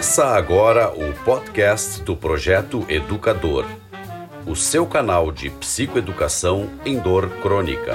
Começa agora o podcast do Projeto Educador, o seu canal de psicoeducação em dor crônica.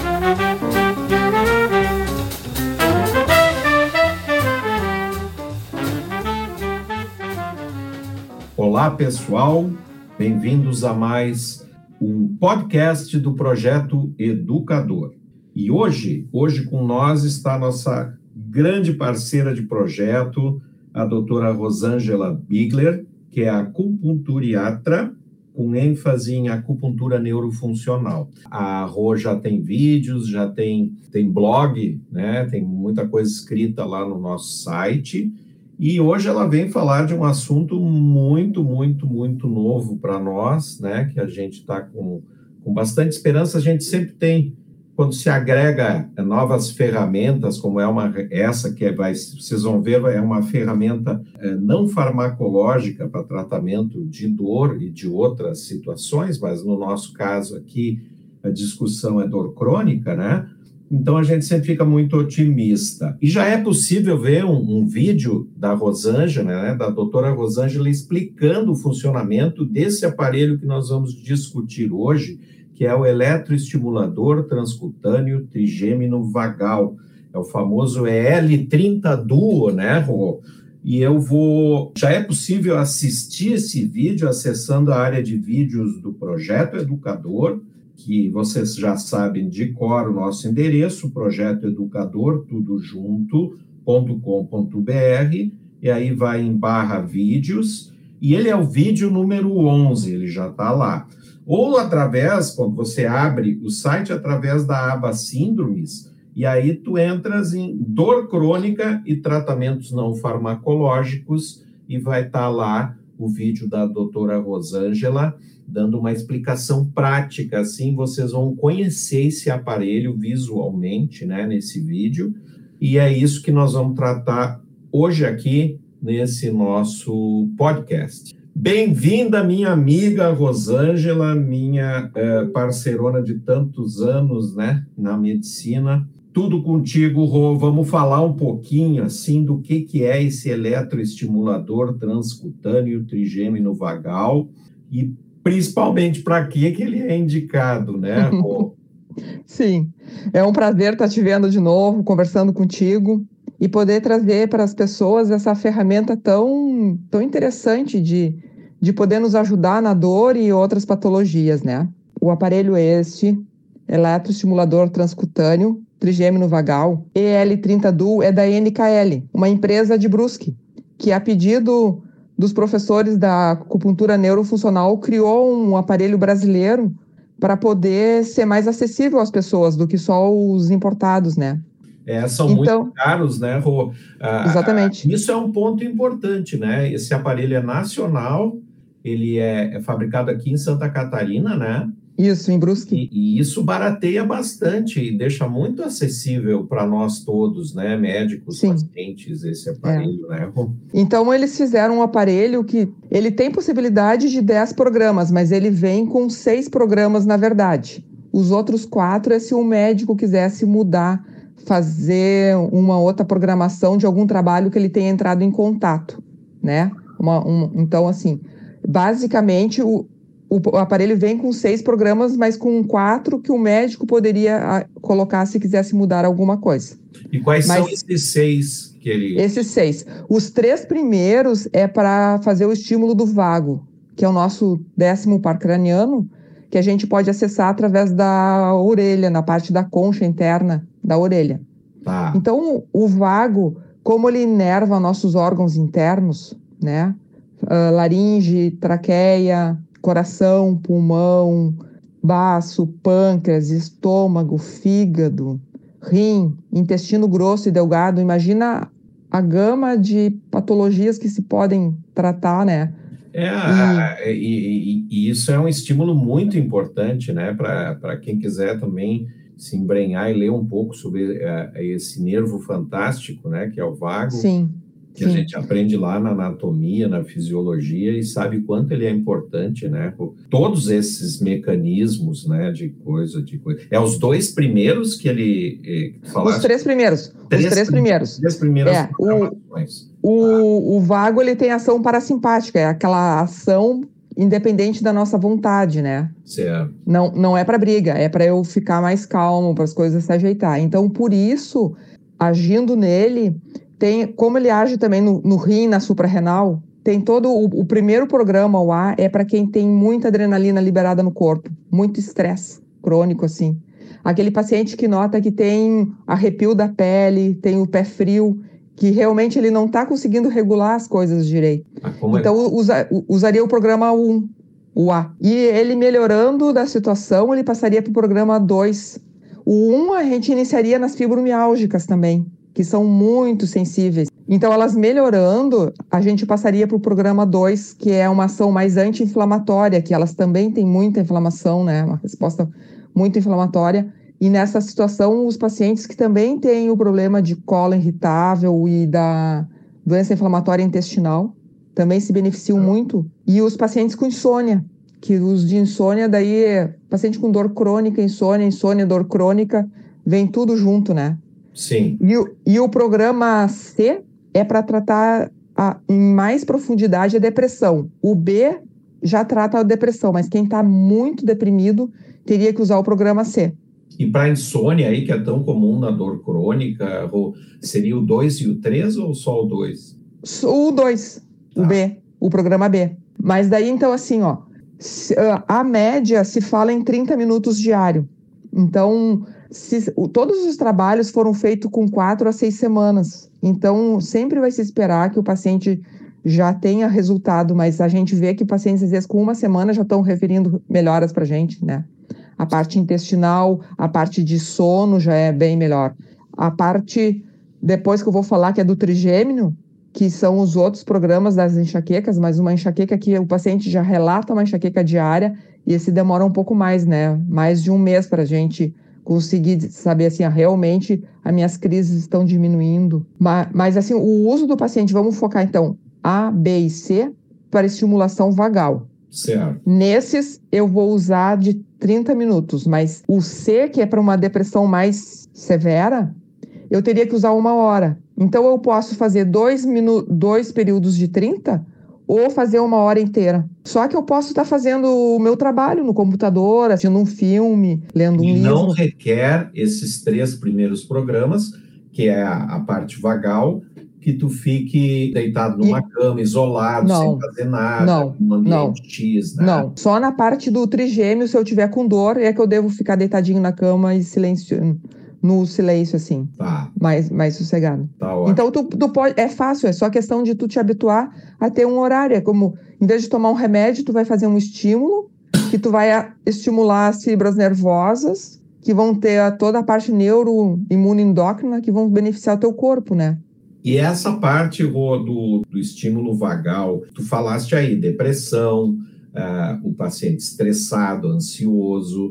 Olá, pessoal, bem-vindos a mais um podcast do Projeto Educador. E hoje com nós está a nossa grande parceira de projeto, a doutora Rosângela Bigler, que é acupunturiatra, com ênfase em acupuntura neurofuncional. A Rô já tem vídeos, já tem blog, né? Tem muita coisa escrita lá no nosso site. E hoje ela vem falar de um assunto muito novo para nós, né? Que a gente está com bastante esperança. A gente sempre tem, quando se agrega novas ferramentas, como essa que vocês vão ver, é uma ferramenta não farmacológica para tratamento de dor e de outras situações, mas no nosso caso aqui a discussão é dor crônica, né? Então a gente sempre fica muito otimista. E já é possível ver um vídeo da Rosângela, né, da doutora Rosângela, explicando o funcionamento desse aparelho que nós vamos discutir hoje, que é o eletroestimulador transcutâneo trigêmino vagal. É o famoso EL30 Duo, né, Rô? E já é possível assistir esse vídeo acessando a área de vídeos do Projeto Educador, que vocês já sabem de cor o nosso endereço, projetoeducador, tudo junto.com.br, e aí vai em /vídeos, e ele é o vídeo número 11, ele já está lá. Ou através, quando você abre o site, através da aba síndromes, e aí tu entras em dor crônica e tratamentos não farmacológicos, e vai estar lá o vídeo da doutora Rosângela, dando uma explicação prática, assim vocês vão conhecer esse aparelho visualmente, né, nesse vídeo, e é isso que nós vamos tratar hoje aqui nesse nosso podcast. Bem-vinda, minha amiga Rosângela, minha parceirona de tantos anos, né, na medicina. Tudo contigo, Rô. Vamos falar um pouquinho, assim, do que é esse eletroestimulador transcutâneo trigêmino vagal e principalmente para que ele é indicado, né, Rô? Sim, é um prazer estar te vendo de novo, conversando contigo e poder trazer para as pessoas essa ferramenta tão interessante de poder nos ajudar na dor e outras patologias, né? O aparelho é eletroestimulador transcutâneo trigêmino vagal, EL30 Duo, é da NKL, uma empresa de Brusque, que a pedido dos professores da acupuntura neurofuncional criou um aparelho brasileiro para poder ser mais acessível às pessoas do que só os importados, né? São muito caros, né, Rô? Exatamente. Isso é um ponto importante, né? Esse aparelho é nacional, ele é fabricado aqui em Santa Catarina, né? Isso, em Brusque. E isso barateia bastante e deixa muito acessível para nós todos, né? Médicos, sim, pacientes, esse aparelho, né? Então, eles fizeram um aparelho que ele tem possibilidade de 10 programas, mas ele vem com 6 programas, na verdade. Os outros 4 é se o médico quisesse mudar, fazer uma outra programação de algum trabalho que ele tenha entrado em contato, né? Então, assim, basicamente, o aparelho vem com 6 programas, mas com 4 que o médico poderia colocar se quisesse mudar alguma coisa. E quais são esses 6 que ele... Esses 6. Os 3 primeiros é para fazer o estímulo do vago, que é o nosso 10º par craniano, que a gente pode acessar através da orelha, na parte da concha interna da orelha. Tá. Então, o vago, como ele inerva nossos órgãos internos, né? Laringe, traqueia, coração, pulmão, baço, pâncreas, estômago, fígado, rim, intestino grosso e delgado. Imagina a gama de patologias que se podem tratar, né? E isso é um estímulo muito importante, né? Para quem quiser também se embrenhar e ler um pouco sobre esse nervo fantástico, né? Que é o vago. Sim. Que a gente aprende lá na anatomia, na fisiologia, e sabe quanto ele é importante, né? Todos esses mecanismos, né, de coisa. Os 2 primeiros que ele falasse? Os 3 primeiros. Os 3 primeiros. As primeiras O vago, ele tem ação parasimpática, é aquela ação independente da nossa vontade, né? Certo. Não é para briga, é para eu ficar mais calmo, para as coisas se ajeitar. Então, por isso, agindo nele, como ele age também no rim, na suprarrenal, tem todo o primeiro programa, o A, é para quem tem muita adrenalina liberada no corpo, muito estresse crônico, assim. Aquele paciente que nota que tem arrepio da pele, tem o pé frio, que realmente ele não está conseguindo regular as coisas direito. Então, usaria o programa 1, o A. E ele melhorando da situação, ele passaria para o programa 2. O 1 a gente iniciaria nas fibromiálgicas também, que são muito sensíveis. Então, elas melhorando, a gente passaria para o programa 2, que é uma ação mais anti-inflamatória, que elas também têm muita inflamação, né? Uma resposta muito inflamatória. E nessa situação, os pacientes que também têm o problema de cólon irritável e da doença inflamatória intestinal também se beneficiam muito. E os pacientes com insônia, que os de insônia, daí, paciente com dor crônica, insônia, dor crônica, vem tudo junto, né? Sim. E o programa C é para tratar em mais profundidade a depressão. O B já trata a depressão, mas quem está muito deprimido teria que usar o programa C. E para insônia aí, que é tão comum na dor crônica, seria o 2 e o 3 ou só o 2? O 2, tá. O B, o programa B. Mas daí, então, assim, ó, a média se fala em 30 minutos diário. Então, todos os trabalhos foram feitos com 4 a 6 semanas. Então, sempre vai se esperar que o paciente já tenha resultado, mas a gente vê que pacientes, às vezes, com 1 semana já estão referindo melhoras para a gente, né? A parte intestinal, a parte de sono já é bem melhor. A parte, depois que eu vou falar, que é do trigêmeo, que são os outros programas das enxaquecas, mas uma enxaqueca que o paciente já relata uma enxaqueca diária, e esse demora um pouco mais, né? Mais de 1 mês para a gente conseguir saber, assim, realmente as minhas crises estão diminuindo. Mas assim, o uso do paciente, vamos focar, então, A, B e C, para estimulação vagal. Certo. Nesses, eu vou usar de 30 minutos, mas o C, que é para uma depressão mais severa, eu teria que usar 1 hora. Então, eu posso fazer 2 períodos de 30 ou fazer 1 hora inteira. Só que eu posso estar fazendo o meu trabalho no computador, assistindo um filme, lendo um livro. E não requer esses 3 primeiros programas, que é a parte vagal, que tu fique deitado numa cama, isolado, sem fazer nada, num ambiente X, né? Não, só na parte do trigêmeo, se eu tiver com dor, é que eu devo ficar deitadinho na cama e no silêncio, assim. Tá. Mais sossegado. Tá ótimo. Então, tu pode, é fácil, é só questão de tu te habituar a ter um horário. É como, em vez de tomar um remédio, tu vai fazer um estímulo, que tu vai estimular as fibras nervosas, que vão ter toda a parte neuroimunoendócrina, que vão beneficiar o teu corpo, né? E essa parte, Rô, do estímulo vagal, tu falaste aí, depressão, o paciente estressado, ansioso,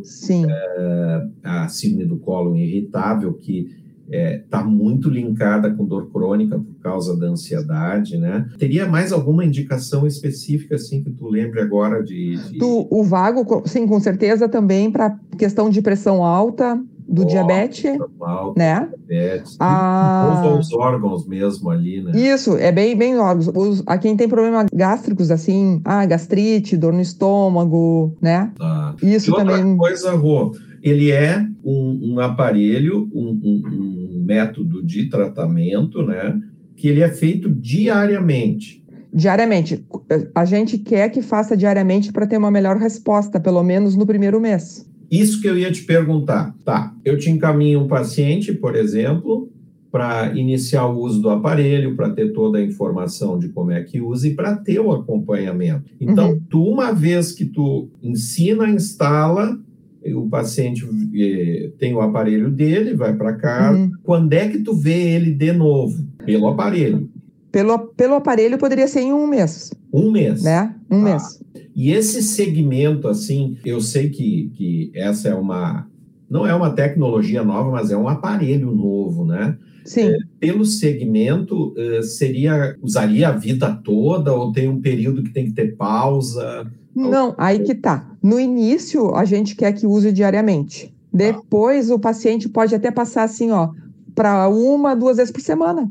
a síndrome do cólon irritável, que está muito linkada com dor crônica por causa da ansiedade, né? Teria mais alguma indicação específica, assim, que tu lembre agora O vago, sim, com certeza, também para questão de pressão alta, do diabetes, né? Diabetes. Ou os órgãos mesmo ali, né? Isso, é bem órgãos. A quem tem problemas gástricos, assim, gastrite, dor no estômago, né? Isso e outra também. Coisa, Rô, ele é um aparelho, um método de tratamento, né? Que ele é feito diariamente. Diariamente. A gente quer que faça diariamente para ter uma melhor resposta, pelo menos no primeiro mês. Isso que eu ia te perguntar. Tá, eu te encaminho um paciente, por exemplo, para iniciar o uso do aparelho, para ter toda a informação de como é que usa e para ter o acompanhamento. Então, uma vez que tu ensina, instala, o paciente tem o aparelho dele, vai para casa. Quando é que tu vê ele de novo? Pelo aparelho. Pelo aparelho poderia ser em 1 mês. 1 mês? Né? 1 mês. E esse segmento, assim, eu sei que essa não é uma tecnologia nova, mas é um aparelho novo, né? Sim. Pelo segmento, usaria a vida toda ou tem um período que tem que ter pausa? Não, aí que tá. No início, a gente quer que use diariamente. Depois, o paciente pode até passar assim, para 1, 2 vezes por semana.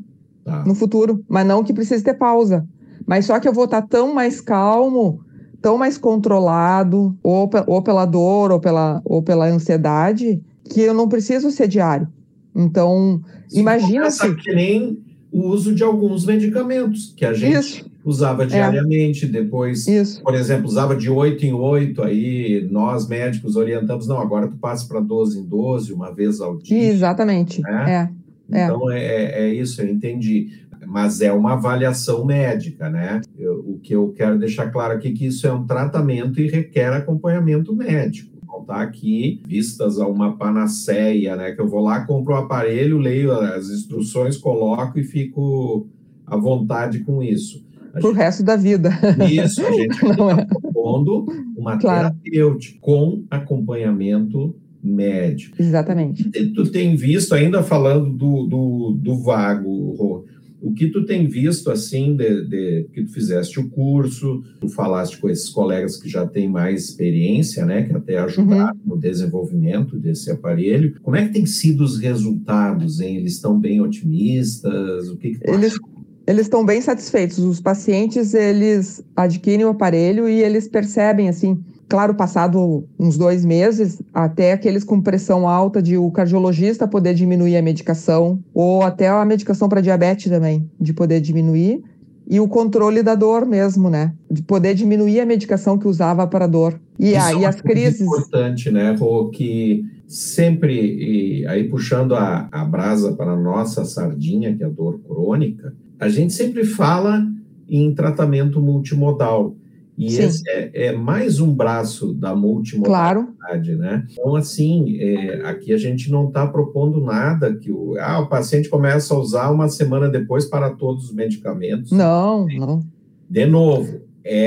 no futuro, mas não que precise ter pausa. Mas só que eu vou estar tão mais calmo, tão mais controlado, ou pela dor, ou pela ansiedade, que eu não preciso ser diário. Então, imagina se... que nem o uso de alguns medicamentos, que a gente usava diariamente, depois, por exemplo, usava de 8 em 8, aí nós médicos orientamos, não, agora tu passa para 12 em 12, uma vez ao dia. Exatamente, né? Então, é isso, eu entendi. Mas é uma avaliação médica, né? O que eu quero deixar claro aqui é que isso é um tratamento e requer acompanhamento médico. Não está aqui vistas a uma panaceia, né? Que eu vou lá, compro o aparelho, leio as instruções, coloco e fico à vontade com isso. Pro resto da vida. Isso, a gente está propondo uma terapêutica com acompanhamento médico. Exatamente. Tu tem visto, ainda falando do vago, Rô, o que tu tem visto, assim, que tu fizeste o curso, tu falaste com esses colegas que já têm mais experiência, né, que até ajudaram no desenvolvimento desse aparelho. Como é que têm sido os resultados, hein? Eles estão bem otimistas? O que Eles estão bem satisfeitos. Os pacientes, eles adquirem o aparelho e eles percebem, assim, claro, passado uns 2 meses, até aqueles com pressão alta de o cardiologista poder diminuir a medicação, ou até a medicação para diabetes também, de poder diminuir, e o controle da dor mesmo, né? De poder diminuir a medicação que usava para dor. E as crises... É importante, né, Rô, que sempre, e aí puxando a brasa para a nossa sardinha, que é a dor crônica, a gente sempre fala em tratamento multimodal. E Sim. Esse é mais um braço da multimodalidade, né? Então, assim, aqui a gente não está propondo nada que o paciente começa a usar uma semana depois para todos os medicamentos. Não. De novo,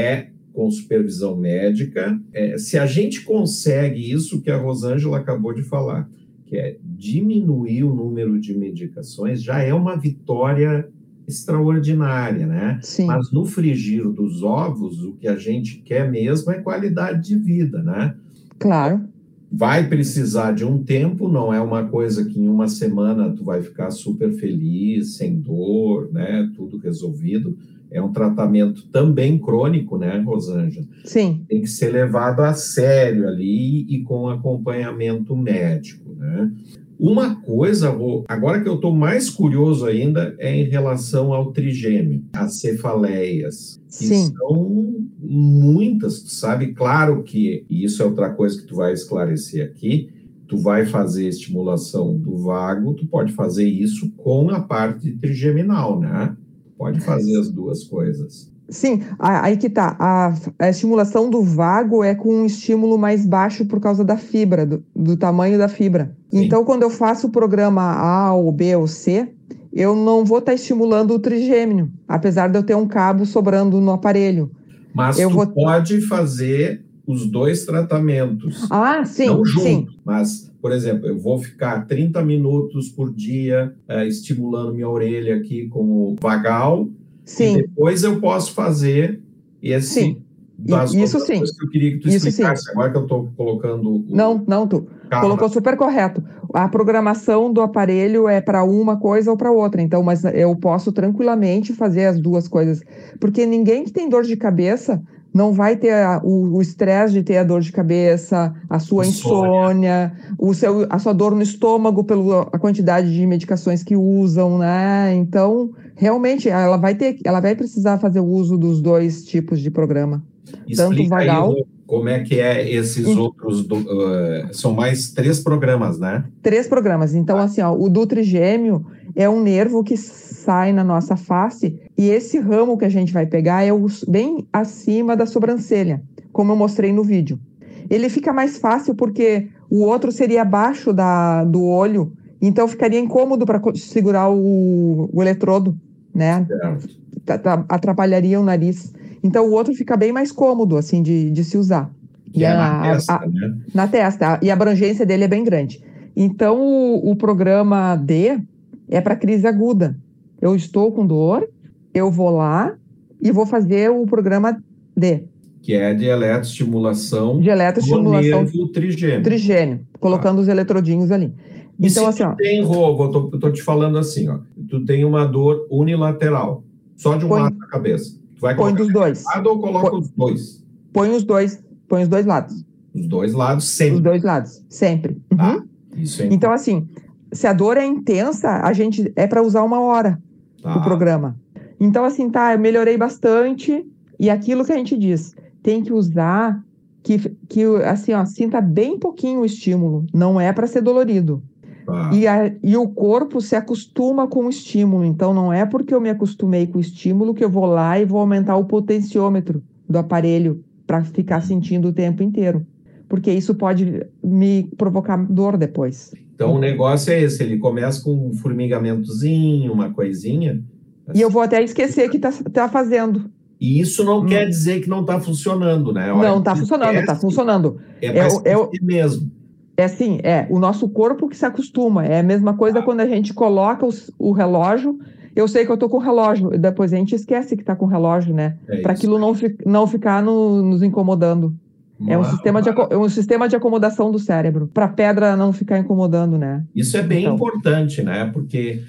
com supervisão médica. Se a gente consegue isso que a Rosângela acabou de falar, que é diminuir o número de medicações, já é uma vitória extraordinária, né? Sim. Mas no frigir dos ovos, o que a gente quer mesmo é qualidade de vida, né? Claro. Vai precisar de um tempo, não é uma coisa que em uma semana tu vai ficar super feliz, sem dor, né? Tudo resolvido. É um tratamento também crônico, né, Rosângela? Sim. Tem que ser levado a sério ali e com acompanhamento médico, né? Uma coisa, agora que eu estou mais curioso ainda, é em relação ao trigêmeo, as cefaleias, que são muitas, tu sabe? Claro que, e isso é outra coisa que tu vai esclarecer aqui, tu vai fazer estimulação do vago, tu pode fazer isso com a parte trigeminal, né? Pode fazer as duas coisas. Sim, aí que tá. A estimulação do vago é com um estímulo mais baixo por causa da fibra, do tamanho da fibra. Sim. Então, quando eu faço o programa A, ou B, ou C, eu não vou estar estimulando o trigêmeo, apesar de eu ter um cabo sobrando no aparelho. Mas pode fazer os dois tratamentos. Sim. Não junto, sim. Mas, por exemplo, eu vou ficar 30 minutos por dia estimulando minha orelha aqui com o vagal. Sim. E depois eu posso fazer esse... Sim. Isso sim. Que eu queria que tu explicasse. Sim. Agora que eu estou colocando... Não, tu colocou super correto. A programação do aparelho é para uma coisa ou para outra. Então, mas eu posso tranquilamente fazer as duas coisas. Porque ninguém que tem dor de cabeça não vai ter o estresse de ter a dor de cabeça, a sua insônia, a sua dor no estômago pela quantidade de medicações que usam, né? Então, realmente, ela vai precisar fazer o uso dos dois tipos de programa. Explica tanto vagal... aí, como é que é esses outros... são mais 3 programas, né? 3 programas. Então, assim, o do trigêmeo é um nervo que sai na nossa face e esse ramo que a gente vai pegar é bem acima da sobrancelha, como eu mostrei no vídeo. Ele fica mais fácil porque o outro seria abaixo do olho, então ficaria incômodo para segurar o eletrodo, né? Atrapalharia o nariz. Então, o outro fica bem mais cômodo, assim, de se usar. Que é na testa, né? Na testa. E a abrangência dele é bem grande. Então, o programa D é para crise aguda. Eu estou com dor, eu vou lá e vou fazer o programa D. Que é de eletroestimulação. De eletroestimulação. Do nervo trigêmeo. Trigêmeo, colocando os eletrodinhos ali. E Então, se assim, tu tem, Rô, eu tô te falando assim, ó, tu tem uma dor unilateral, só de um lado da cabeça. Tu vai põe colocar dos de dois. um lado ou coloca os dois? Põe os dois lados. Os dois lados sempre. Os dois lados, sempre. Tá, isso é Então, importante. assim, se a dor é intensa, a gente é para usar 1 hora o programa. Então, assim, tá, eu melhorei bastante. E aquilo que a gente diz, tem que usar que assim, ó, sinta bem pouquinho o estímulo. Não é para ser dolorido. Tá. E o corpo se acostuma com o estímulo. Então, não é porque eu me acostumei com o estímulo que eu vou lá e vou aumentar o potenciômetro do aparelho para ficar sentindo o tempo inteiro. Porque isso pode me provocar dor depois. Então, o negócio é esse, ele começa com um formigamentozinho, uma coisinha. E eu vou até esquecer que tá fazendo. E isso não quer dizer que não está funcionando, né? Não, está funcionando, está funcionando. É para esquecer mesmo. É assim, o nosso corpo que se acostuma. É a mesma coisa quando a gente coloca o relógio. Eu sei que eu estou com o relógio, depois a gente esquece que está com o relógio, né? Para aquilo não ficar nos incomodando. É um sistema de acomodação do cérebro, para a pedra não ficar incomodando, né? Isso é bem importante, né? Porque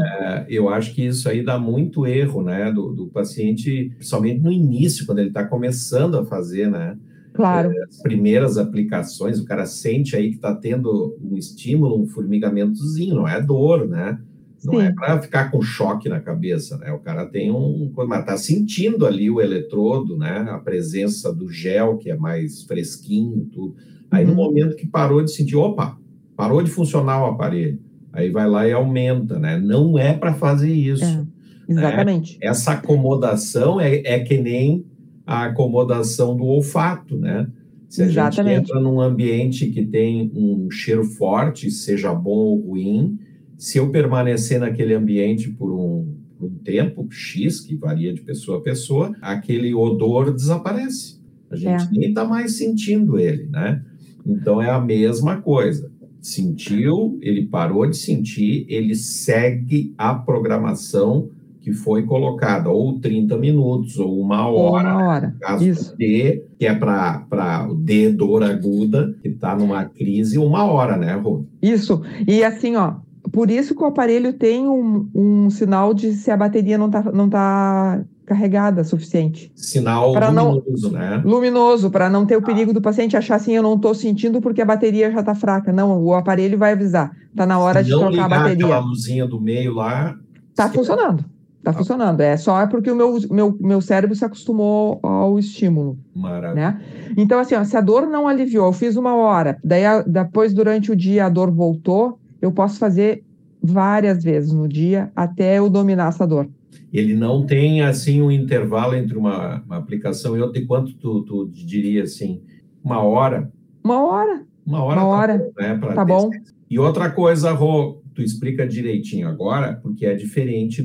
eu acho que isso aí dá muito erro, né? Do paciente, principalmente no início, quando ele está começando a fazer, né? Claro. As primeiras aplicações, o cara sente aí que está tendo um estímulo, um formigamentozinho, não é dor, né? Não é para ficar com choque na cabeça, né? O cara tem mas tá sentindo ali o eletrodo, né? A presença do gel, que é mais fresquinho, tudo. Aí no momento que parou de sentir, parou de funcionar o aparelho. Aí vai lá e aumenta, né? Não é para fazer isso. Exatamente. Né? Essa acomodação é que nem a acomodação do olfato, né? Se a gente entra num ambiente que tem um cheiro forte, seja bom ou ruim, se eu permanecer naquele ambiente por um tempo X, que varia de pessoa a pessoa, aquele odor desaparece. A gente nem está mais sentindo ele, né? Então, é a mesma coisa. Sentiu, ele parou de sentir, ele segue a programação que foi colocada, ou 30 minutos, ou 1 hora. Ou 1 hora, no caso do D, que é para o D, dor aguda, que está numa crise, 1 hora, né, Rô? Isso. E assim, ó, por isso que o aparelho tem um sinal de se a bateria não tá carregada suficiente. Sinal luminoso, né? Luminoso, para não ter o perigo do paciente achar assim, eu não estou sentindo porque a bateria já está fraca. Não, o aparelho vai avisar. Está na hora de trocar a bateria. Aquela luzinha do meio lá... Está funcionando. Está funcionando. É só porque o meu cérebro se acostumou ao estímulo. Maravilha. Né? Então, assim, ó, se a dor não aliviou, eu fiz 1 hora, daí depois, durante o dia, a dor voltou, eu posso fazer várias vezes no dia até eu dominar essa dor. Ele não tem, assim, um intervalo entre uma aplicação e outra. De quanto tu diria, assim, 1 hora? 1 hora. 1 hora. 1 hora. Tá bom. E outra coisa, Rô, tu explica direitinho agora, porque é diferente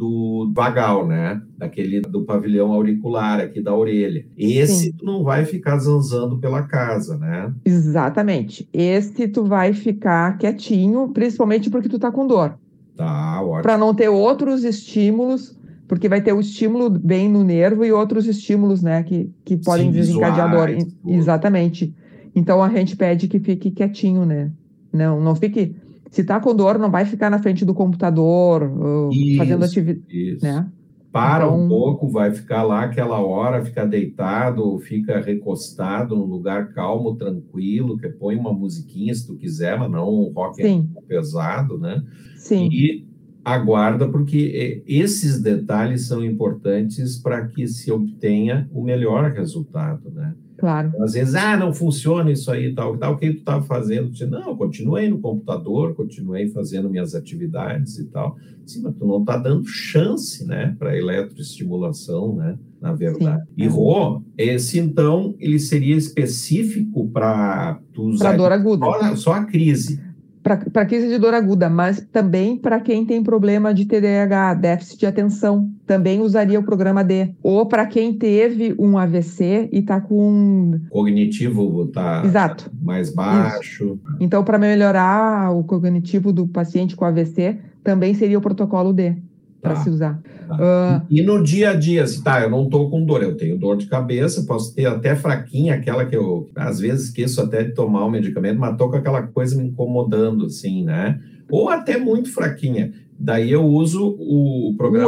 do vagal, né? Do pavilhão auricular aqui da orelha. Esse tu não vai ficar zanzando pela casa, né? Exatamente. Esse tu vai ficar quietinho, principalmente porque tu tá com dor. Tá, ótimo. Para não ter outros estímulos, porque vai ter o estímulo bem no nervo e outros estímulos, né, que podem desencadear dor. Exatamente. Então a gente pede que fique quietinho, né? Não fique. Se tá com dor, não vai ficar na frente do computador, fazendo atividade. Isso. Né? Para um pouco, vai ficar lá aquela hora, fica deitado, fica recostado num lugar calmo, tranquilo, que põe uma musiquinha se tu quiser, mas não um rock pesado, né? Sim. E aguarda, porque esses detalhes são importantes para que se obtenha o melhor resultado, né? Claro. Às vezes, não funciona isso aí, tal, o que tu estava fazendo? Não, continuei no computador, continuei fazendo minhas atividades e tal. Sim, mas tu não está dando chance, né, para eletroestimulação, né, na verdade. Sim. E Rô, esse então, ele seria específico para tu usar... Para dor aguda. Só a crise. Para crise de dor aguda, mas também para quem tem problema de TDAH, déficit de atenção, também usaria o programa D. Ou para quem teve um AVC e está com... Cognitivo está mais baixo. Isso. Então, para melhorar o cognitivo do paciente com AVC, também seria o protocolo D. para se usar. E no dia a dia, assim, eu não estou com dor, eu tenho dor de cabeça, posso ter até fraquinha, aquela que eu, às vezes, esqueço até de tomar o medicamento, mas estou com aquela coisa me incomodando, assim, né? Ou até muito fraquinha. Daí eu uso o programa...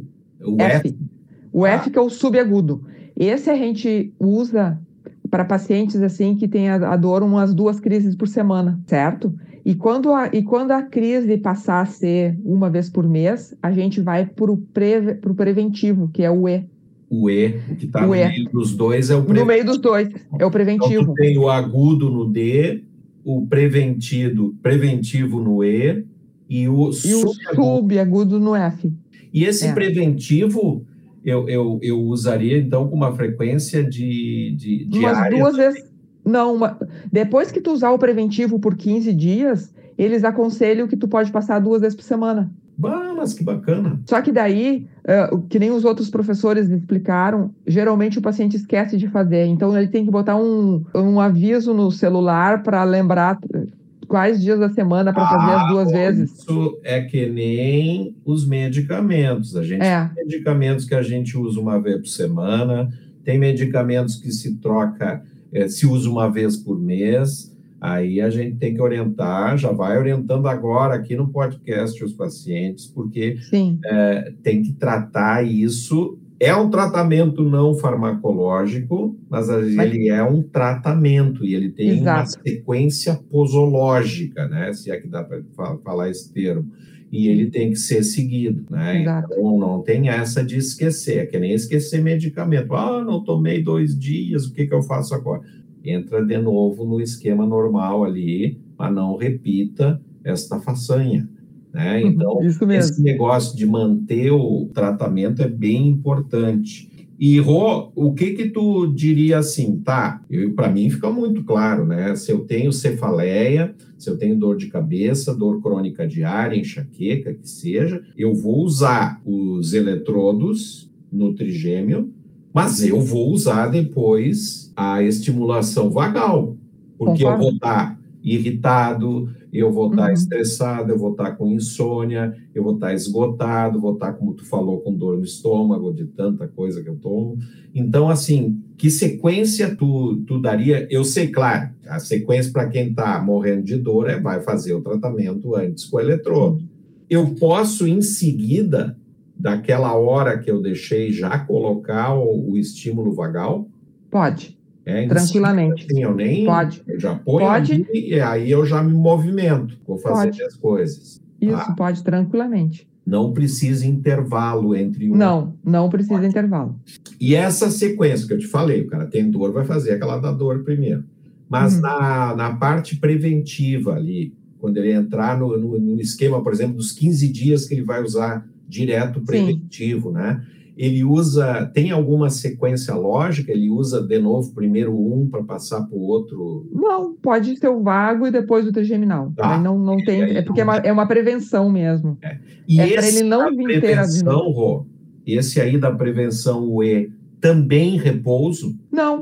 O F que é o subagudo. Esse a gente usa para pacientes, assim, que tem a dor umas 2 crises por semana, certo? E quando a crise passar a ser uma vez por mês, a gente vai para o preventivo, que é o E. O E, o que está no meio dos dois é o preventivo. No meio dos dois, é o preventivo. Então, tu tem o agudo no D, o preventivo no E e o subagudo no F. E esse preventivo, eu usaria, então, com uma frequência umas 2 vezes. Não, depois que tu usar o preventivo por 15 dias, eles aconselham que tu pode passar 2 vezes por semana. Mas que bacana. Só que daí, que nem os outros professores explicaram, geralmente o paciente esquece de fazer. Então, ele tem que botar um aviso no celular para lembrar quais dias da semana para fazer as 2 vezes. Isso é que nem os medicamentos. A gente tem medicamentos que a gente usa uma vez por semana, tem medicamentos que se usa uma vez por mês. Aí a gente tem que orientar, já vai orientando agora aqui no podcast os pacientes, porque tem que tratar isso. É um tratamento não farmacológico, mas ele é um tratamento e ele tem uma sequência posológica, né? Se é que dá para falar esse termo. E ele tem que ser seguido, né? Então não tem essa de esquecer, é que nem esquecer medicamento. Não tomei 2 dias, o que eu faço agora? Entra de novo no esquema normal ali, mas não repita esta façanha, né? Então, esse negócio de manter o tratamento é bem importante. E, Rô, o que tu diria assim, para mim fica muito claro, né? Se eu tenho cefaleia, se eu tenho dor de cabeça, dor crônica diária, enxaqueca, que seja, eu vou usar os eletrodos no trigêmeo, mas eu vou usar depois a estimulação vagal, porque eu vou estar irritado, eu vou estar estressado, eu vou estar com insônia, eu vou estar esgotado, vou estar, como tu falou, com dor no estômago, de tanta coisa que eu tomo. Então, assim, que sequência tu daria? Eu sei, claro, a sequência para quem está morrendo de dor vai fazer o tratamento antes com o eletrodo. Eu posso, em seguida, daquela hora que eu deixei, já colocar o estímulo vagal? Pode. Tranquilamente. Assim, eu já ponho ali, e aí eu já me movimento, vou fazer as coisas. Isso, pode, tranquilamente. Não precisa intervalo entre um. Não precisa intervalo. E essa sequência que eu te falei, o cara tem dor, vai fazer aquela da dor primeiro. Mas na parte preventiva ali, quando ele entrar no esquema, por exemplo, dos 15 dias que ele vai usar direto preventivo, né? Ele tem alguma sequência lógica? Ele usa de novo primeiro para passar para o outro? Não, pode ser o vago e depois o trigeminal. Não tem, porque é uma prevenção mesmo. E para ele não vir ter a Rô, esse aí da prevenção, o E, também repouso?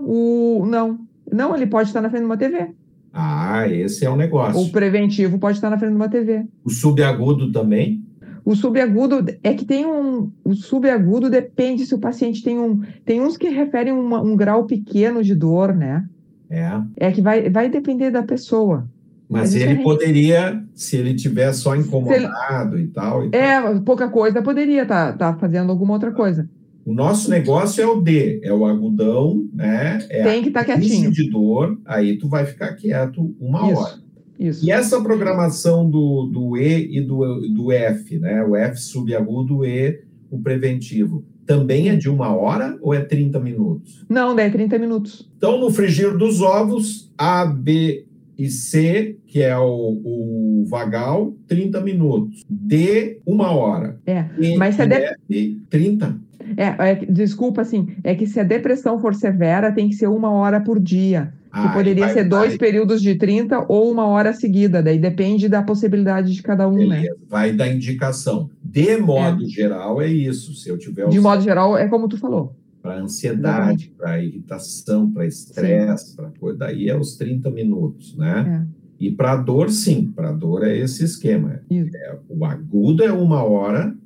Não, ele pode estar na frente de uma TV. Esse é um negócio. O preventivo pode estar na frente de uma TV. O subagudo também? O subagudo é que o subagudo depende se o paciente tem uns que referem um grau pequeno de dor, né? É que vai depender da pessoa. Mas ele poderia, se ele tiver só incomodado e tal. Pouca coisa, poderia estar fazendo alguma outra coisa. O nosso negócio é o D, é o agudão, né? Tem que estar quietinho. De dor, aí tu vai ficar quieto uma hora. Isso. E essa programação do E e do F, né? O F subagudo, o E, o preventivo, também é de 1 hora ou é 30 minutos? Não, é 30 minutos. Então, no frigir dos ovos, A, B e C, que é o vagal, 30 minutos. D, 1 hora. Mas se F, 30. Desculpa, assim, é que se a depressão for severa, tem que ser 1 hora por dia. Que poderia ser 2 períodos de 30 ou 1 hora seguida, daí depende da possibilidade de cada um, né? Vai dar indicação. De modo geral, é isso. Se eu tiver de modo geral, é como tu falou. Para ansiedade, para irritação, para estresse, para coisa, daí é os 30 minutos, né? E para dor, sim. Para dor é esse esquema. O agudo é 1 hora,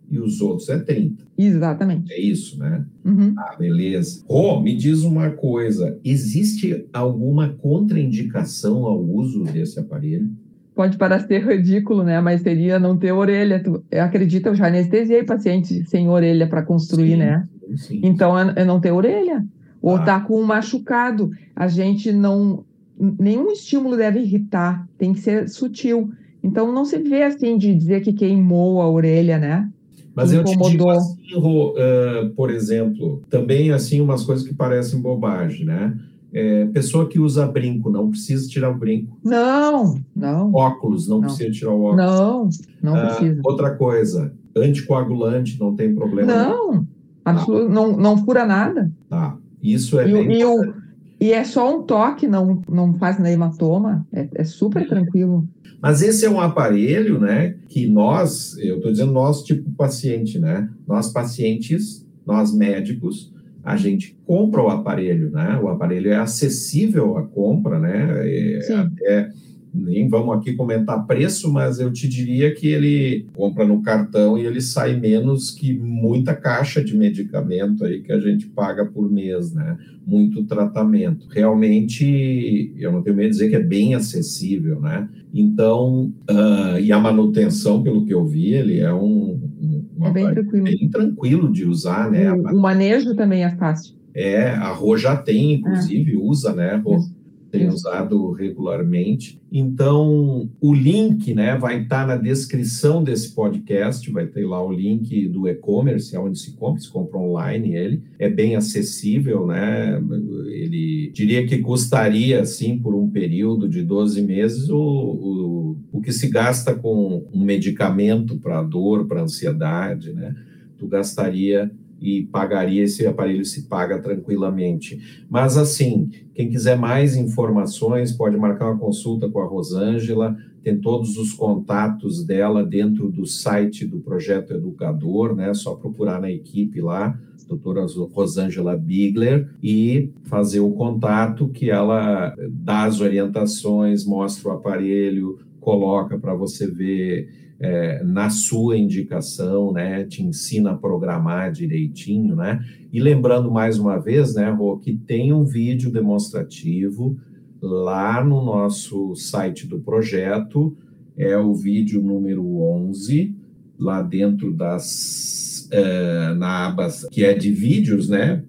e os outros é 30. Exatamente. É isso, né? Uhum. Ah, beleza. Me diz uma coisa, existe alguma contraindicação ao uso desse aparelho? Pode parecer ridículo, né? Mas seria não ter orelha. Acredita, eu já anestesiei paciente sem orelha para construir, Sim, né? sim. Então, é não ter orelha. Ou tá com um machucado. A gente não... Nenhum estímulo deve irritar. Tem que ser sutil. Então, não se vê assim de dizer que queimou a orelha, né? Mas que eu te digo incomodou. assim, Rô, por exemplo, também assim umas coisas que parecem bobagem, né? Pessoa que usa brinco, não precisa tirar o brinco. Não. Óculos, não precisa tirar o óculos. Não precisa. Outra coisa, anticoagulante, não tem problema nenhum. Não, absolutamente, não fura nada. Tá, isso é bem importante. E é só um toque, não faz hematoma, é super tranquilo. Mas esse é um aparelho, né, que nós, eu estou dizendo nós, tipo paciente, né? Nós pacientes, nós médicos, a gente compra o aparelho, né? O aparelho é acessível à compra, né? Até nem vamos aqui comentar preço, mas eu te diria que ele compra no cartão e ele sai menos que muita caixa de medicamento aí que a gente paga por mês, né? Muito tratamento. Realmente, eu não tenho medo de dizer que é bem acessível, né? Então, e a manutenção, pelo que eu vi, ele é bem tranquilo de usar, né? O manejo também é fácil. A Rô já tem, inclusive, usa, né, Rô? Tem Isso. usado regularmente. Então, o link, né, vai estar na descrição desse podcast, vai ter lá o link do e-commerce, onde se compra online ele. É bem acessível, né? Ele diria que custaria, assim, por um período de 12 meses, o que se gasta com um medicamento para dor, para ansiedade, né? Tu gastaria e pagaria, esse aparelho se paga tranquilamente. Mas, assim, quem quiser mais informações, pode marcar uma consulta com a Rosângela, tem todos os contatos dela dentro do site do Projeto Educador, né? Só procurar na equipe lá, doutora Rosângela Bigler, e fazer o contato que ela dá as orientações, mostra o aparelho, coloca para você ver na sua indicação, né, te ensina a programar direitinho, né, e lembrando mais uma vez, né, Rô, que tem um vídeo demonstrativo lá no nosso site do projeto, é o vídeo número 11, lá dentro na aba que é de vídeos, né,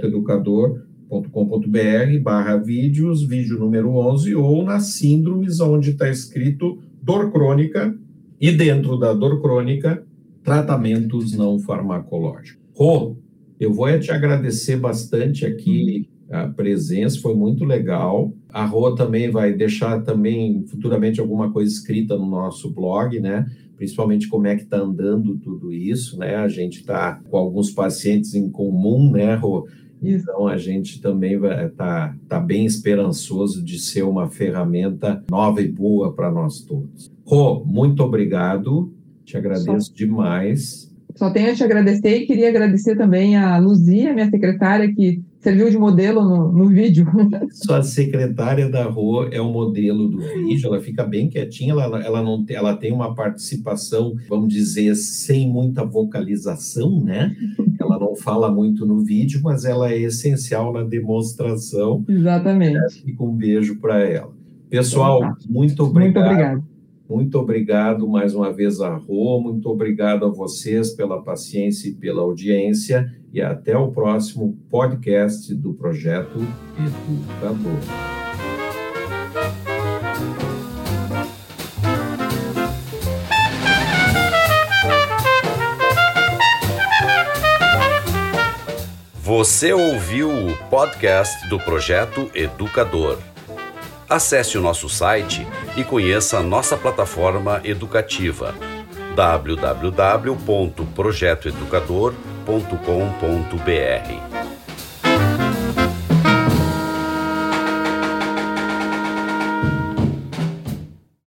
projetoeducador.com.br/vídeos, vídeo número 11, ou nas síndromes, onde está escrito dor crônica, e dentro da dor crônica, tratamentos não farmacológicos. Rô, eu vou te agradecer bastante aqui a presença, foi muito legal. A Rô também vai deixar também futuramente alguma coisa escrita no nosso blog, né? Principalmente como é que está andando tudo isso, né? A gente está com alguns pacientes em comum, né, Rô? Então, a gente também vai tá bem esperançoso de ser uma ferramenta nova e boa para nós todos. Rô, muito obrigado, te agradeço demais. Só tenho a te agradecer e queria agradecer também a Luzia, minha secretária, que serviu de modelo no vídeo. Sua secretária da Rô é o modelo do vídeo, ela fica bem quietinha, ela tem uma participação, vamos dizer, sem muita vocalização, né? Ela não fala muito no vídeo, mas ela é essencial na demonstração. Exatamente. Fica um beijo para ela. Pessoal, muito obrigado. Muito obrigado. Muito obrigado mais uma vez a Rô, muito obrigado a vocês pela paciência e pela audiência, e até o próximo podcast do Projeto Educador. Você ouviu o podcast do Projeto Educador. Acesse o nosso site e conheça a nossa plataforma educativa www.projetoeducador.com.br.